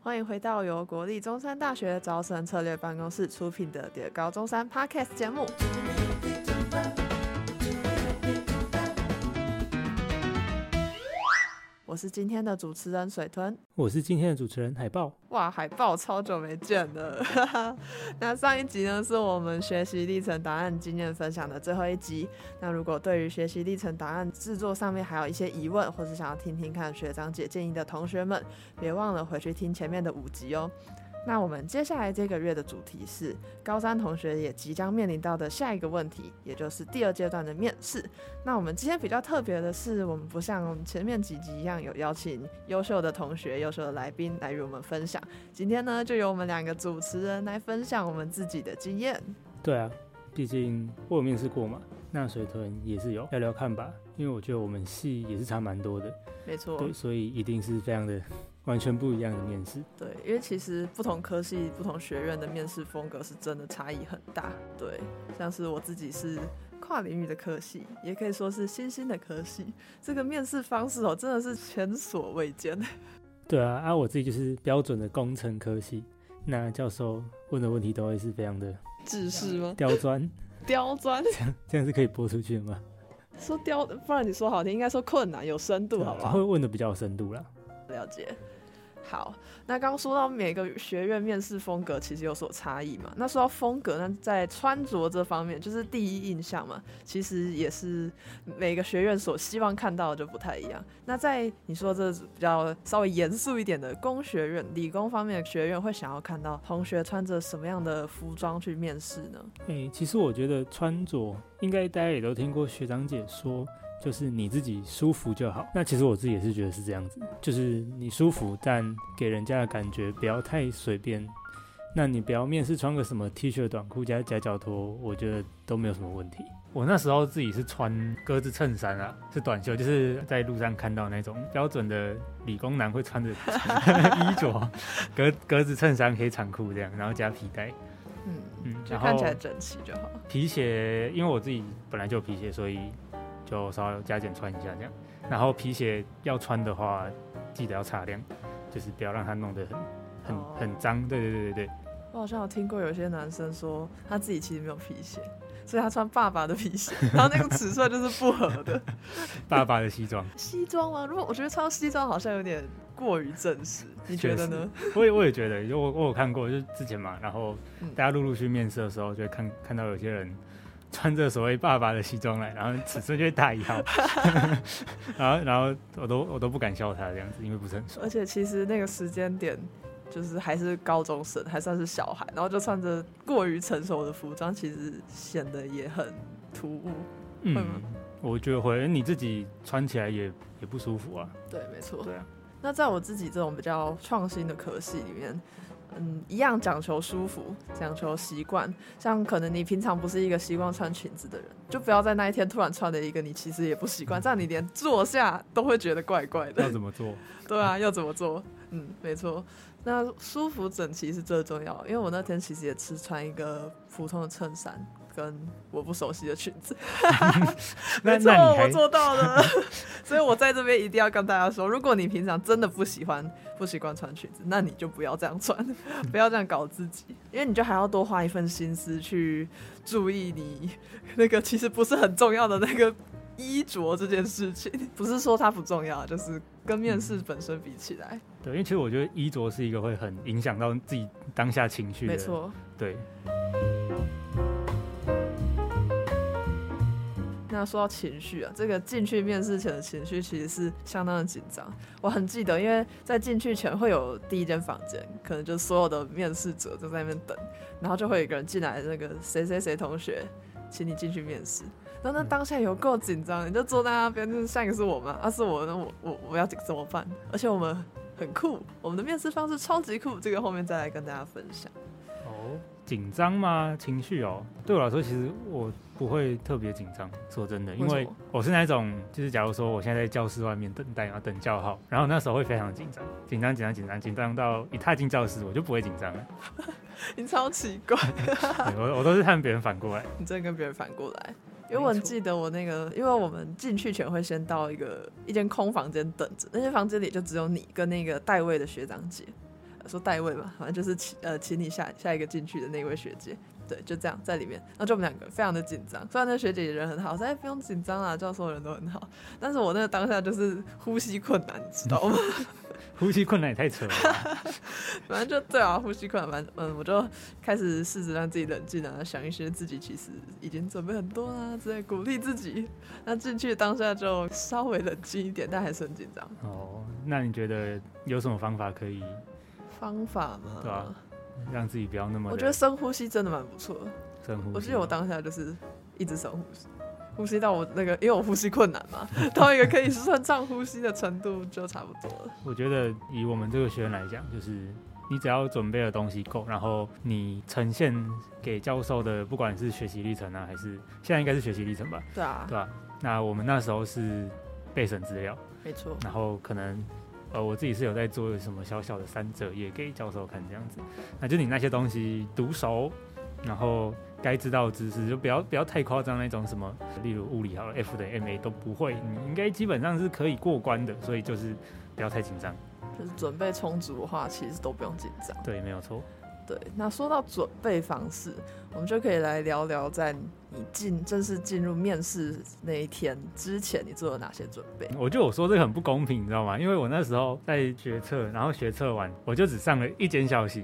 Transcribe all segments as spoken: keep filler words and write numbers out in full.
欢迎回到由国立中山大学招生策略办公室出品的叠高中山 Podcast 节目。我是今天的主持人水豚， 我是今天的主持人海豹。 哇，海豹超久没见了那上一集呢是我们学习历程档案经验分享的最后一集。那如果对于学习历程档案制作上面还有一些疑问，或是想要听听看学长姐建议的同学们，别忘了回去听前面的五集哦。那我们接下来这个月的主题是高三同学也即将面临到的下一个问题，也就是第二阶段的面试。那我们今天比较特别的是，我们不像前面几集一样有邀请优秀的同学、优秀的来宾来与我们分享，今天呢就由我们两个主持人来分享我们自己的经验。 对啊，毕竟我有面试过嘛，那水豚也是有，聊聊看吧。因为我觉得我们系也是差蛮多的， 没错， 对，所以一定是非常的完全不一样的面试。 对，因为其实不同科系、不同学院的面试风格是真的差异很大。对，像是我自己是跨领域的科系，也可以说是新兴的科系，这个面试方式哦，真的是前所未见。 对啊，啊，我自己就是标准的工程科系，那教授问的问题都会是非常的制式吗？ 刁钻， 刁钻， 这样这样是可以播出去的吗？ 说刁，不然你说好听，应该说困难有深度，好不好？ 会问的比较有深度啦。 了解。好，那刚刚说到每个学院面试风格其实有所差异嘛，那说到风格，那在穿着这方面就是第一印象嘛，其实也是每个学院所希望看到的就不太一样。那在你说这比较稍微严肃一点的工学院、理工方面的学院，会想要看到同学穿着什么样的服装去面试呢？ 欸，其实我觉得穿着应该大家也都听过学长姐说，就是你自己舒服就好。那其实我自己也是觉得是这样子，就是你舒服，但给人家的感觉不要太随便。那你不要面试穿个什么 T 恤短裤加夹脚拖，我觉得都没有什么问题。我那时候自己是穿格子衬衫啊，是短袖，就是在路上看到那种标准的理工男会穿的衣着，格格子衬衫黑长裤这样，然后加皮带。 嗯嗯， 就看起来整齐就好。 皮鞋，因为我自己本来就有皮鞋，所以就稍微加减穿一下这样。然后皮鞋要穿的话，记得要擦亮，就是不要让它弄得很很、哦、很脏。对对对对对。 我好像有听过有些男生说他自己其实没有皮鞋，所以他穿爸爸的皮鞋，然后那个尺寸就是不合的。 爸爸的西装。西装吗？如果我觉得穿西装好像有点过于正式，你觉得呢？ 我也我也觉得，我我有看过，就是之前嘛，然后大家陆陆续面试的时候，就会看看到有些人穿着所谓爸爸的西装来，然后尺寸就会大一号，然后然后我都我都不敢笑他这样子，因为不是很熟。 而且其实那个时间点就是还是高中生，还算是小孩，然后就穿着过于成熟的服装，其实显得也很突兀， 嗯、 会吗？ 我觉得会，你自己穿起来也也不舒服啊。 对，没错。 对啊。 那在我自己这种比较创新的科系里面，嗯，一样讲求舒服，讲求习惯。像可能你平常不是一个习惯穿裙子的人，就不要在那一天突然穿了一个你其实也不习惯，这样你连坐下都会觉得怪怪的。 要怎么做？ 对啊，要怎么做？嗯，没错。那舒服整齐是最重要的，因为我那天其实也是穿一个普通的衬衫跟我不熟悉的裙子。没错，我做到了。所以我在这边一定要跟大家说，如果你平常真的不喜欢不习惯穿裙子，那你就不要这样穿，不要这样搞自己，因为你就还要多花一份心思去注意你那个其实不是很重要的那个衣着这件事情。不是说它不重要，就是跟面试本身比起来、嗯、 对，因为其实我觉得衣着是一个会很影响到自己当下情绪的。 没错， 对。 那说到情绪啊，这个进去面试前的情绪其实是相当的紧张。我很记得，因为在进去前会有第一间房间，可能就是所有的面试者都在那边等，然后就会有一个人进来，那个谁谁谁同学，请你进去面试。然后那当下有够紧张，你就坐在那边，就是下一个是我吗？啊，是我，那我我我要怎么办？而且我们很酷，我们的面试方式超级酷，这个后面再来跟大家分享。 哦，紧张吗？情绪哦，对我来说，其实我不会特别紧张，说真的，因为我是那种，就是假如说我现在在教室外面等待，然后等叫号，然后那时候会非常紧张，紧张紧张紧张紧张到一踏进教室我就不会紧张了。 你超奇怪。 我我都是看别人反过来。 你真的跟别人反过来。因为我很记得我那个，因为我们进去前会先到一个一间空房间等着，那间房间里就只有你跟那个带位的学长姐， 说代位嘛，反正就是请呃请你下下一个进去的那位学姐。对，就这样在里面，然后就我们两个非常的紧张。虽然那学姐人很好，说哎不用紧张啦，教授人都很好，但是我那个当下就是呼吸困难，你知道吗？ 呼吸困难也太扯了吧。 反正就对啊，呼吸困难，嗯，我就开始试着让自己冷静啊，想一些自己其实已经准备很多啦之类，鼓励自己。那进去当下就稍微冷静一点，但还是很紧张。 哦，那你觉得有什么方法可以？ 方法吗？ 对啊。让自己不要那么， 我觉得深呼吸真的蛮不错的。 深呼吸， 我记得我当下就是一直深呼吸，呼吸到我那个，因为我呼吸困难嘛，到一个可以顺畅呼吸的程度就差不多了。 我觉得以我们这个学院来讲，就是你只要准备的东西够，然后你呈现给教授的，不管是学习历程啊，还是现在应该是学习历程吧？ 对啊， 对吧？那我们那时候是备审资料， 没错， 然后可能。呃，我自己是有在做什么小小的三折页给教授看这样子，那就你那些东西读熟，然后该知道的知识就不要不要太夸张那种什么，例如物理好了 F 等于 M A 都不会，你应该基本上是可以过关的，所以就是不要太紧张， 就是准备充足的话，其实都不用紧张。 对，没有错。 对，那说到准备方式，我们就可以来聊聊在你进正式进入面试那一天之前，你做了哪些准备？ 我觉得我说这个很不公平，你知道吗？因为我那时候在学测，然后学测完，我就只上了一间校系。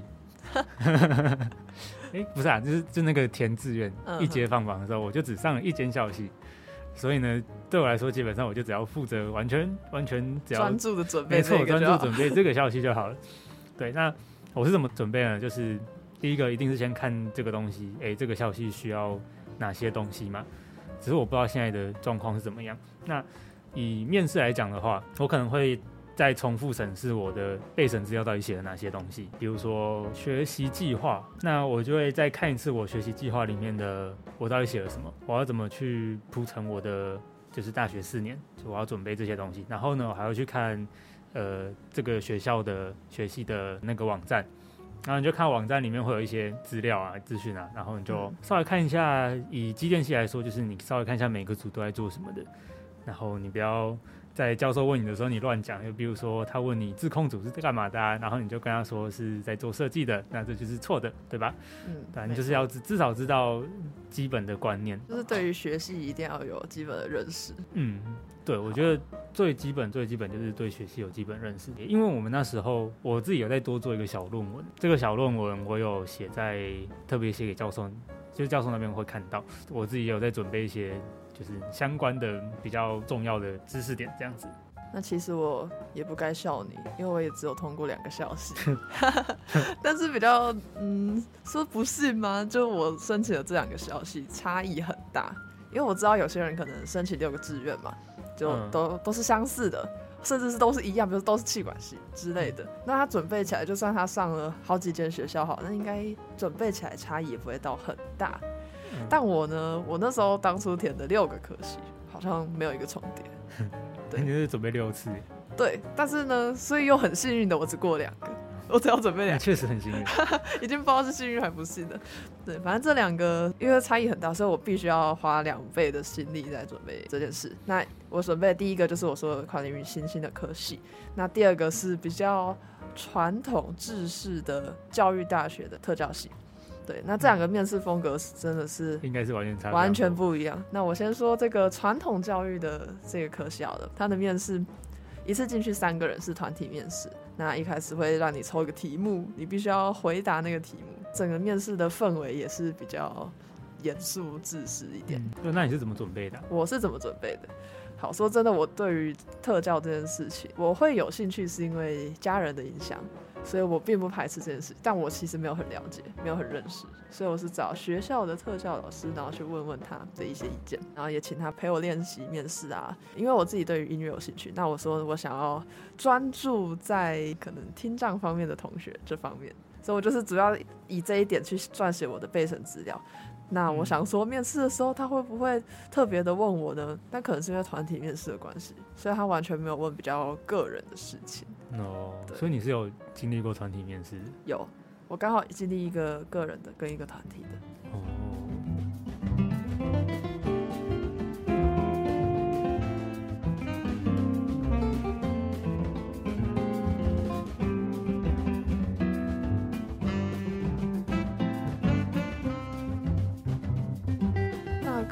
哎，不是啊，就是就那个填志愿、嗯、一阶放榜的时候，我就只上了一间校系，所以呢，对我来说，基本上我就只要负责完全完全只要专注的准备， 没错，专注准备这个校系就好了。对，那。我是怎么准备呢？就是第一个一定是先看这个东西，哎，这个校系需要哪些东西嘛？只是我不知道现在的状况是怎么样。那以面试来讲的话，我可能会再重复审视我的备审资料到底写了哪些东西，比如说学习计划，那我就会再看一次我学习计划里面的我到底写了什么，我要怎么去铺成我的就是大学四年，就我要准备这些东西。然后呢，我还会去看。呃，这个学校的学系的那个网站，然后你就看网站里面会有一些资料啊、资讯啊，然后你就稍微看一下。以机电系来说，就是你稍微看一下每个组都在做什么的，然后你不要在教授问你的时候你乱讲。就比如说他问你自控组是干嘛的、啊，然后你就跟他说是在做设计的，那这就是错的，对吧？嗯，对，你就是要至少知道基本的观念， 就是对于学系一定要有基本的认识。 嗯。对，我觉得最基本最基本就是对学习有基本认识，因为我们那时候我自己有在多做一个小论文，这个小论文我有写在特别写给教授，就是教授那边会看到，我自己也有在准备一些就是相关的比较重要的知识点这样子。 那其实我也不该笑你，因为我也只有通过两个校系，但是比较嗯说不幸吗？就我申请的这两个校系差异很大，因为我知道有些人可能申请六个志愿嘛。就都、嗯、都是相似的，甚至是都是一样，比如都是企管系之类的。那他准备起来，就算他上了好几间学校好，那应该准备起来差异也不会到很大。嗯、但我呢，我那时候当初填的六个科系，好像没有一个重叠。 对，你是准备六次？ 对，但是呢，所以又很幸运的，我只过两个。我只要准备两个， 确实很幸运， 已经不知道是幸运还不幸的。对，反正这两个因为差异很大，所以我必须要花两倍的心力在准备这件事。那我准备的第一个就是我说的跨领域新兴的科系，那第二个是比较传统制式的教育大学的特教系。对，那这两个面试风格真的是应该是完全差完全不一样。那我先说这个传统教育的这个科系好了，它的面试一次进去三个人是团体面试。那一开始会让你抽一个题目，你必须要回答那个题目。整个面试的氛围也是比较严肃制式一点。 嗯，那你是怎么准备的？ 我是怎么准备的？好，说真的，我对于特教这件事情，我会有兴趣是因为家人的影响，所以我并不排斥这件事，但我其实没有很了解，没有很认识，所以我是找学校的特教老师，然后去问问他的一些意见，然后也请他陪我练习面试啊。因为我自己对于音乐有兴趣，那我说我想要专注在可能听障方面的同学这方面，所以我就是主要以这一点去撰写我的备审资料。那我想说面试的时候他会不会特别的问我呢？但可能是因为团体面试的关系，所以他完全没有问比较个人的事情。 哦，所以你是有经历过团体面试？ 有，我刚好经历一个个人的跟一个团体的。哦。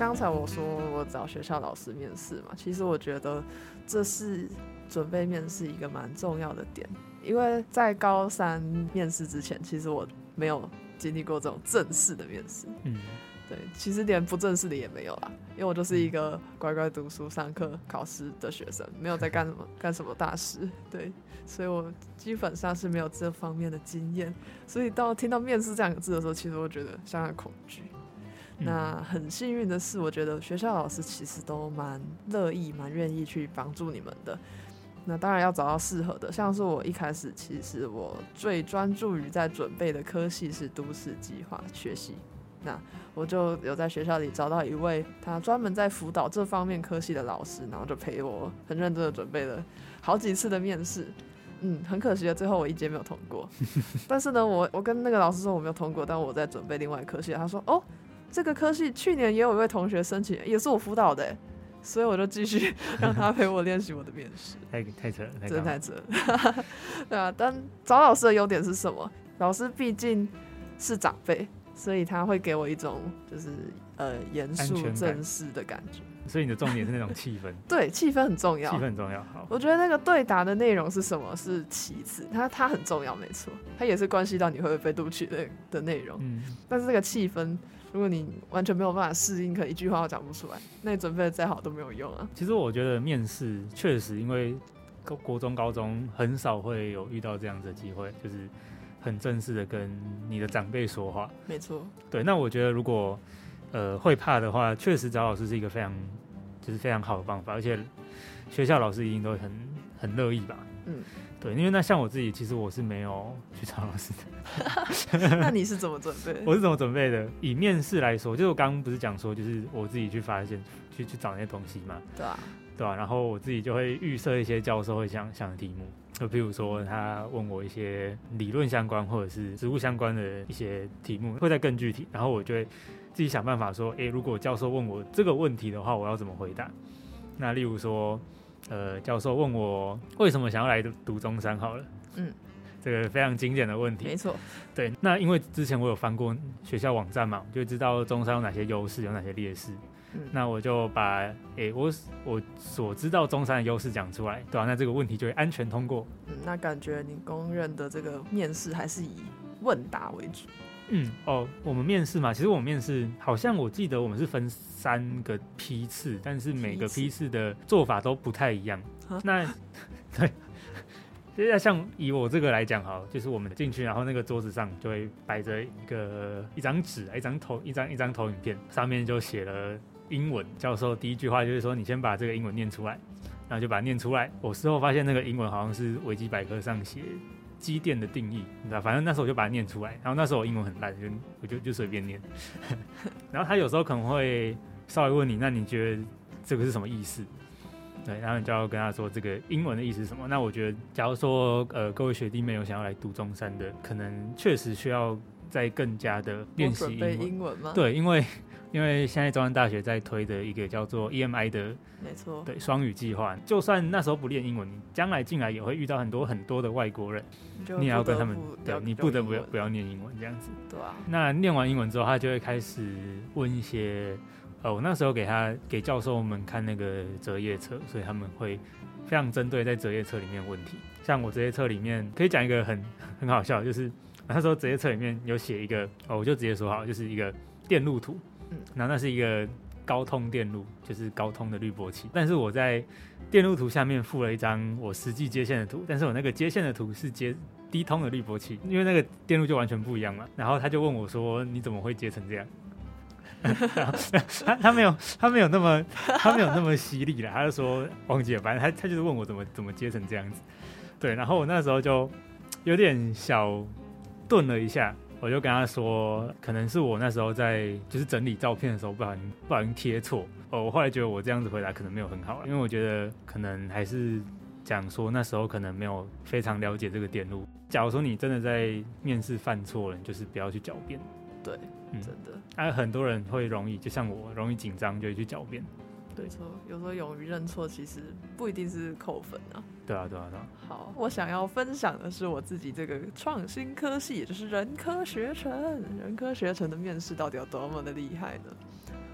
刚才我说我找学校老师面试嘛，其实我觉得这是准备面试一个蛮重要的点，因为在高三面试之前，其实我没有经历过这种正式的面试。嗯，对，其实连不正式的也没有啦，因为我就是一个乖乖读书、上课、考试的学生，没有在干什么干什么大事。对，所以我基本上是没有这方面的经验，所以到听到面试这两个字的时候，其实我觉得相当恐惧。那很幸运的是，我觉得学校老师其实都蛮乐意、蛮愿意去帮助你们的。那当然要找到适合的，像是我一开始其实我最专注于在准备的科系是都市计划学系，那我就有在学校里找到一位他专门在辅导这方面科系的老师，然后就陪我很认真的准备了好几次的面试。嗯，很可惜的，最后我一阶没有通过。但是呢，我我跟那个老师说我没有通过，但我在准备另外一科系，他说哦，这个科系去年也有一位同学申请，也是我辅导的耶，所以我就继续让他陪我练习我的面试。 太太扯了， 真的太扯了。对啊，但找老师的优点是什么？老师毕竟是长辈，所以他会给我一种就是呃严肃正式的感觉。 所以你的重点是那种气氛。 对，气氛很重要。 气氛很重要。好， 我觉得那个对答的内容是什么是其次，它它很重要，没错，它也是关系到你会不会被录取 的, 的内容。嗯，但是这个气氛，如果你完全没有办法适应，可能一句话都讲不出来，那你准备的再好都没有用啊。 其实我觉得面试确实，因为国中、高中很少会有遇到这样子的机会，就是很正式的跟你的长辈说话。 没错。对， 那我觉得如果呃会怕的话，确实找老师是一个非常就是非常好的方法，而且学校老师一定都很很乐意吧。嗯，对，因为那像我自己，其实我是没有去找老师的。那你是怎么准备？ 我是怎么准备的？以面试来说，就是我刚刚不是讲说，就是我自己去发现、去去找那些东西嘛。 对啊， 对啊，然后我自己就会预设一些教授会想想的题目，就譬如说他问我一些理论相关或者是实务相关的一些题目，会再更具体，然后我就会自己想办法说，哎，如果教授问我这个问题的话，我要怎么回答？那例如说。呃，教授问我为什么想要来读中山好了，嗯，这个非常经典的问题， 没错， 对。那因为之前我有翻过学校网站嘛，就知道中山有哪些优势，有哪些劣势，嗯，那我就把诶、欸、我我所知道中山的优势讲出来，对吧、啊？那这个问题就会安全通过。 嗯，那感觉你公认的这个面试还是以问答为主。 嗯，哦，我们面试嘛，其实我们面试好像我记得我们是分三个批次，但是每个批次的做法都不太一样。那对，就像以我这个来讲好，就是我们进去，然后那个桌子上就会摆着一个一张纸，一张投一张一张投影片，上面就写了英文。教授第一句话就是说，你先把这个英文念出来，然后就把它念出来。我事后发现那个英文好像是维基百科上写机电的定义，你知道，反正那时候我就把它念出来，然后那时候我英文很烂，就我就就随便念。然后他有时候可能会稍微问你，那你觉得这个是什么意思？对，然后你就要跟他说这个英文的意思是什么。那我觉得，假如说呃各位学弟妹有想要来读中山的，可能确实需要再更加的练习英文。 英文吗？ 对，因为因为现在中山大学在推的一个叫做 E M I 的， 没错， 对，双语计划。就算那时候不练英文，你将来进来也会遇到很多很多的外国人，你也要跟他们，对，你不得不不要念英文这样子。 对啊。 那念完英文之后，他就会开始问一些，呃，我那时候给他给教授们看那个折页册，所以他们会非常针对在折页册里面的问题。像我折页册里面可以讲一个很很好笑，就是那时候折页册里面有写一个，哦，我就直接说好，就是一个电路图。然后那是一个高通电路，就是高通的滤波器。但是我在电路图下面附了一张我实际接线的图，但是我那个接线的图是接低通的滤波器，因为那个电路就完全不一样嘛。然后他就问我说：“你怎么会接成这样？”他他没有他没有那么他没有那么犀利啦，他就说忘记了，反正他他就是问我怎么怎么接成这样子。对，然后我那时候就有点小顿了一下。我就跟他说，可能是我那时候在就是整理照片的时候不小心不小心贴错。哦，我后来觉得我这样子回答可能没有很好，因为我觉得可能还是讲说那时候可能没有非常了解这个电路。假如说你真的在面试犯错了，你就是不要去狡辩。 对，嗯、真的。 啊，很多人会容易，就像我容易紧张就会去狡辩。 没错，有时候勇于认错其实不一定是扣分啊。 对啊，对啊，对啊。 好，我想要分享的是我自己这个创新科系，也就是人科学程。人科学程的面试到底有多么的厉害呢？我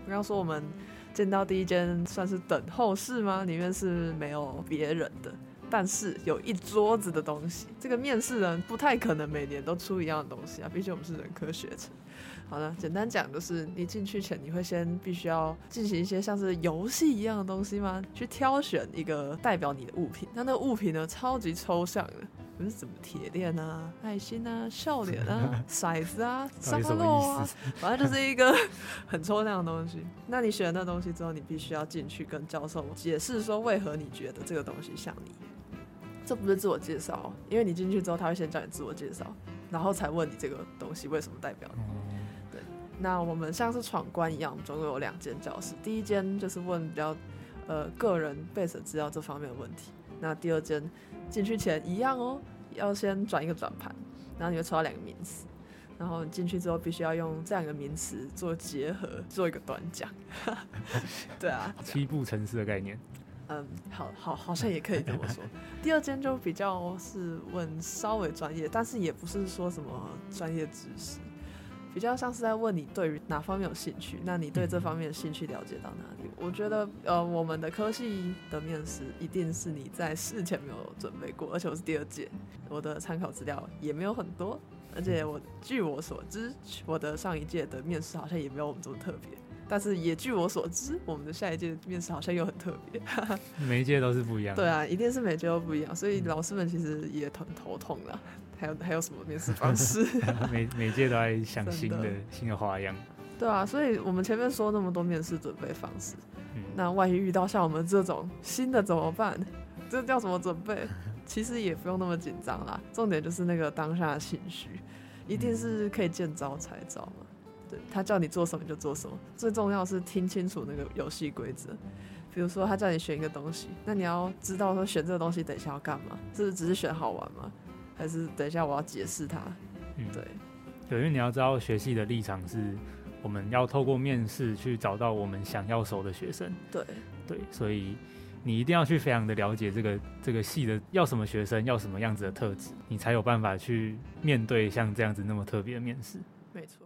刚刚说我们见到第一间算是等候室吗？里面是没有别人的，但是有一桌子的东西。这个面试人不太可能每年都出一样的东西啊，毕竟我们是人科学程。好了，简单讲就是你进去前你会先必须要进行一些像是游戏一样的东西吗？去挑选一个代表你的物品。那那个物品呢，超级抽象的，不是什么铁链啊、爱心啊、笑脸啊、骰子啊、沙发肉啊，反正就是一个很抽象的东西。那你选了那东西之后，你必须要进去跟教授解释说为何你觉得这个东西像你。这不是自我介绍，因为你进去之后他会先叫你自我介绍，然后才问你这个东西为什么代表你。对，那我们像是闯关一样，我们总共有两间教室，第一间就是问比较呃个人 base 资料这方面的问题，那第二间进去前一样哦，要先转一个转盘，然后你会抽到两个名词，然后你进去之后必须要用这两个名词做结合，做一个短讲。对啊， 七步成诗的概念。 嗯，好好好像也可以这么说。第二间就比较是问稍微专业，但是也不是说什么专业知识，比较像是在问你对于哪方面有兴趣，那你对这方面的兴趣了解到哪里？我觉得呃，我们的科系的面试一定是你在事前没有准备过，而且我是第二届，我的参考资料也没有很多，而且我据我所知，我的上一届的面试好像也没有我们这么特别。但是也据我所知，我们的下一届面试好像又很特别。 每一届都是不一样的。 对啊，一定是每届都不一样，所以老师们其实也很头痛啦。还有还有什么面试方式？ 每每届都在想新的新的花样。 对啊，所以我们前面说那么多面试准备方式，嗯、那万一遇到像我们这种新的怎么办？这叫怎么准备？其实也不用那么紧张啦，重点就是那个当下的情绪，一定是可以见招拆招嘛。对，他叫你做什么你就做什么，最重要的是听清楚那个游戏规则。比如说他叫你选一个东西，那你要知道说选这个东西等一下要干嘛，是不是只是选好玩吗？还是等一下我要解释它？嗯，对， 对，因为你要知道学系的立场是，我们要透过面试去找到我们想要收的学生。 对对，所以你一定要去非常的了解这个这个系的要什么学生，要什么样子的特质，你才有办法去面对像这样子那么特别的面试。 没错。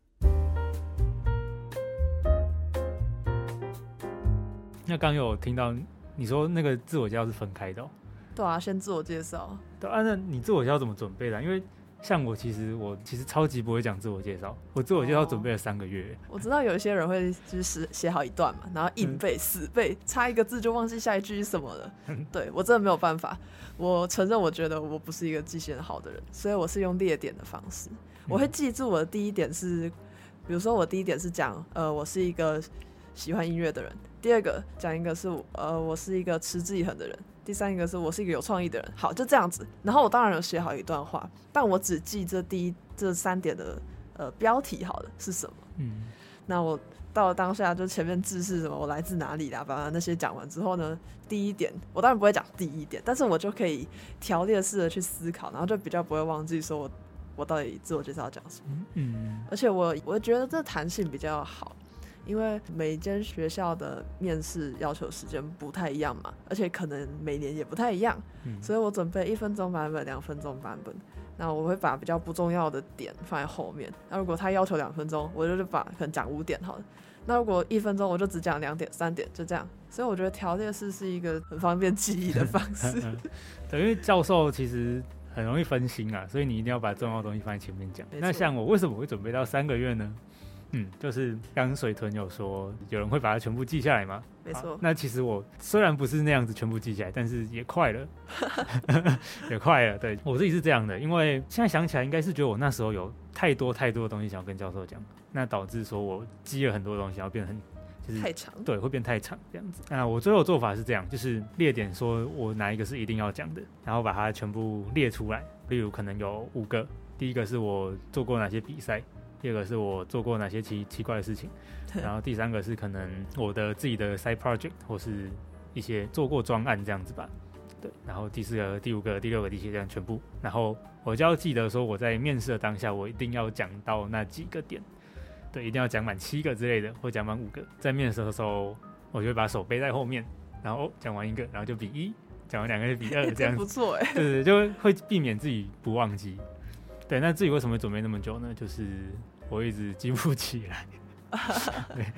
那刚有听到你说那个自我介绍是分开的。哦， 对啊，先自我介绍。 对啊，那你自我介绍怎么准备的？因为像我其实我其实超级不会讲自我介绍，我自我介绍准备了三个月。哦， 我知道有一些人会就是写好一段嘛，然后硬背、嗯、死背，差一个字就忘记下一句是什么了。对，我真的没有办法，我承认我觉得我不是一个记性很好的人，所以我是用列点的方式，我会记住我的第一点是，比如说我第一点是讲呃我是一个喜欢音乐的人，第二个讲一个是呃我是一个持之以恒的人，第三个是我是一个有创意的人。好，就这样子。然后我当然有写好一段话，但我只记这第一这三点的呃标题好了是什么。嗯，那我到了当下就前面字是什么，我来自哪里啦，把那些讲完之后呢，第一点我当然不会讲第一点，但是我就可以条列式的去思考，然后就比较不会忘记说我我到底自我介绍要讲什么。嗯，而且我我觉得这弹性比较好。因为每间学校的面试要求时间不太一样嘛，而且可能每年也不太一样，嗯、所以我准备一分钟版本、两分钟版本。那我会把比较不重要的点放在后面。那如果他要求两分钟，我就把可能讲五点好了。那如果一分钟，我就只讲两点、三点，就这样。所以我觉得条列式是一个很方便记忆的方式。 对，因为教授其实很容易分心啊，所以你一定要把重要的东西放在前面讲。那像我为什么会准备到三个月呢？嗯，就是刚刚水豚有说有人会把它全部记下来吗？ 没错。 那其实我虽然不是那样子全部记下来，但是也快了，也快了。对，我自己是这样的，因为现在想起来，应该是觉得我那时候有太多太多的东西想要跟教授讲，那导致说我记了很多东西，然后变得很就是太长， 对，会变太长这样子。那我最后的做法是这样，就是列点说我哪一个是一定要讲的，然后把它全部列出来。例如可能有五个，第一个是我做过哪些比赛。第二个是我做过哪些 奇, 奇怪的事情，然后第三个是可能我的自己的 side project 或是一些做过专案这样子吧，对，然后第四个、第五个、第六个、第七个这样全部，然后我就要记得说我在面试的当下，我一定要讲到那几个点，对，一定要讲满七个之类的，或讲满五个。在面试的时候，我就会把手背在后面，然后讲完一个，然后就比一，讲完两个就比二，这样子不错哎， 对对，就会避免自己不忘记。对，那至于为什么会准备那么久呢？就是我一直记不起来。对，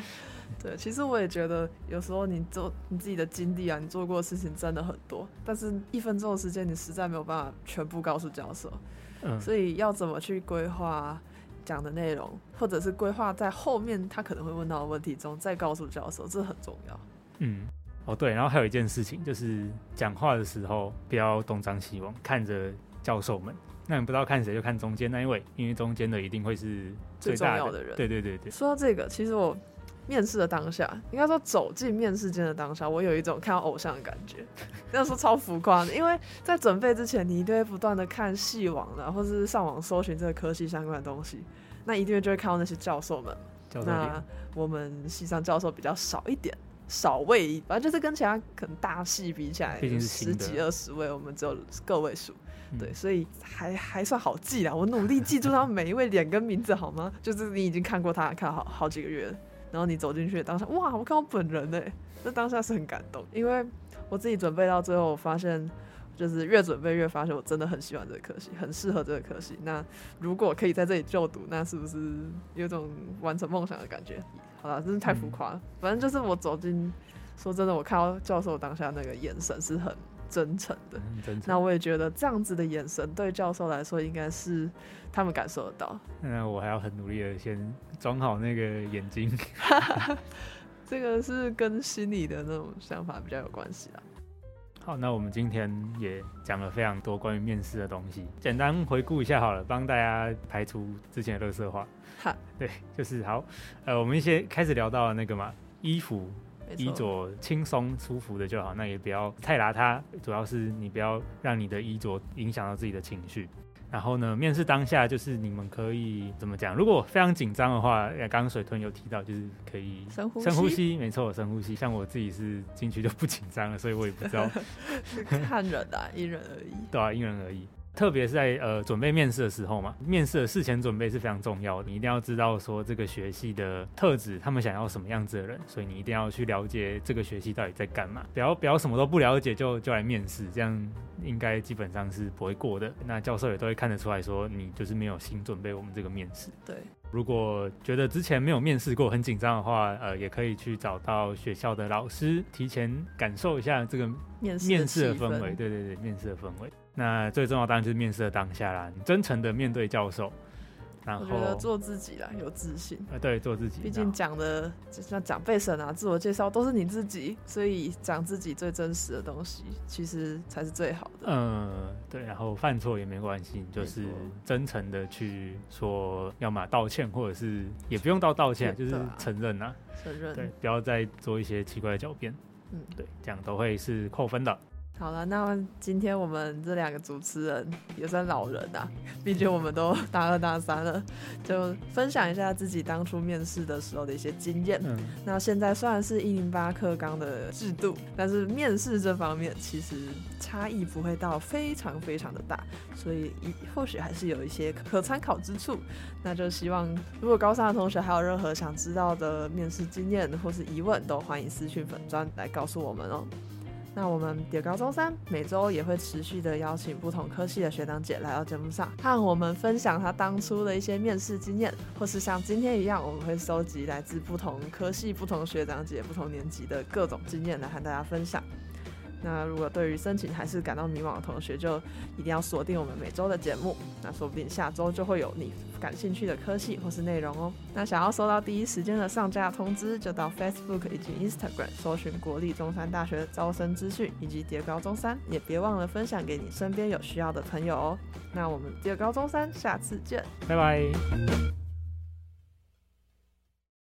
对，其实我也觉得有时候你做你自己的经历啊，你做过的事情真的很多，但是一分钟的时间你实在没有办法全部告诉教授，嗯，所以要怎么去规划讲的内容，或者是规划在后面他可能会问到的问题中再告诉教授，这很重要。 嗯，哦对，然后还有一件事情就是讲话的时候不要东张西望，看着教授们。那你不知道看谁就看中间那一位，因为中间的一定会是最大的最重要的人。 对对对对。 说到这个，其实我面试的当下，应该说走进面试间的当下，我有一种看到偶像的感觉。那时候超浮夸的，因为在准备之前，你一定会不断的看系网的，或是上网搜寻这个科系相关的东西，那一定就会看到那些教授们。 教授那我们系上教授比较少一点。少位，反正就是跟其他可能大系比起来，十几二十位，我们只有个位数，嗯，对，所以还还算好记啦。我努力记住他们每一位脸跟名字，好吗？就是你已经看过他，看好好几个月了，然后你走进去的当下，哇，我看到本人哎，那当下是很感动，因为我自己准备到最后，我发现就是越准备越发现我真的很喜欢这个科系，很适合这个科系。那如果可以在这里就读，那是不是有种完成梦想的感觉？好啦，真是太浮夸了，嗯。反正就是我走进，说真的，我看到教授当下那个眼神是很真诚的。嗯，真诚。那我也觉得这样子的眼神对教授来说，应该是他们感受得到。 那我还要很努力的先装好那个眼睛。 这个是跟心理的那种想法比较有关系啦。 好，那我们今天也讲了非常多关于面试的东西，简单回顾一下好了，帮大家排除之前的垃圾话。好，对，就是好，呃，我们一些开始聊到了那个嘛，衣服衣着轻松舒服的就好，那也不要太邋遢，主要是你不要让你的衣着影响到自己的情绪。然后呢，面试当下就是你们可以怎么讲？如果非常紧张的话，刚刚水豚有提到，就是可以深呼吸， 深呼吸，没错，深呼吸。像我自己是进去就不紧张了，所以我也不知道。 看人啊，因人而异。 对啊，因人而异。特别是在呃准备面试的时候嘛，面试的事前准备是非常重要的，你一定要知道说这个学系的特质，他们想要什么样子的人，所以你一定要去了解这个学系到底在干嘛，不要不要什么都不了解就就来面试，这样应该基本上是不会过的。那教授也都会看得出来说你就是没有心准备我们这个面试。 对。 如果觉得之前没有面试过很紧张的话，呃，也可以去找到学校的老师，提前感受一下这个面试的氛围。对对对，面试的氛围。那最重要当然就是面试的当下啦，你真诚的面对教授，然后我觉得做自己啦，有自信。 呃，对，做自己。 毕竟讲的就像讲备审啊、自我介绍都是你自己，所以讲自己最真实的东西，其实才是最好的。 嗯，对。然后犯错也没关系，你就是真诚的去说，要么道歉，或者是也不用到道歉，就是承认啊， 承认。 对，不要再做一些奇怪的狡辩。嗯，对，这样都会是扣分的。 好了，那今天我们这两个主持人也算老人啊，毕竟我们都大二大三了，就分享一下自己当初面试的时候的一些经验。嗯，那现在虽然是一零八课纲的制度，但是面试这方面其实差异不会到非常非常的大，所以或许还是有一些可参考之处。那就希望如果高三的同学还有任何想知道的面试经验或是疑问，都欢迎私讯粉专来告诉我们哦。那我们叠高中三每周也会持续的邀请不同科系的学长姐来到节目上，和我们分享他当初的一些面试经验，或是像今天一样，我们会收集来自不同科系、不同学长姐、不同年级的各种经验来和大家分享。那如果对于申请还是感到迷惘的同学，就一定要锁定我们每周的节目，那说不定下周就会有你感兴趣的科系或是内容哦。那想要收到第一时间的上架通知，就到 Facebook 以及 Instagram 搜寻国立中山大学的招生资讯以及叠高中三，也别忘了分享给你身边有需要的朋友哦。那我们叠高中三下次见， 拜拜。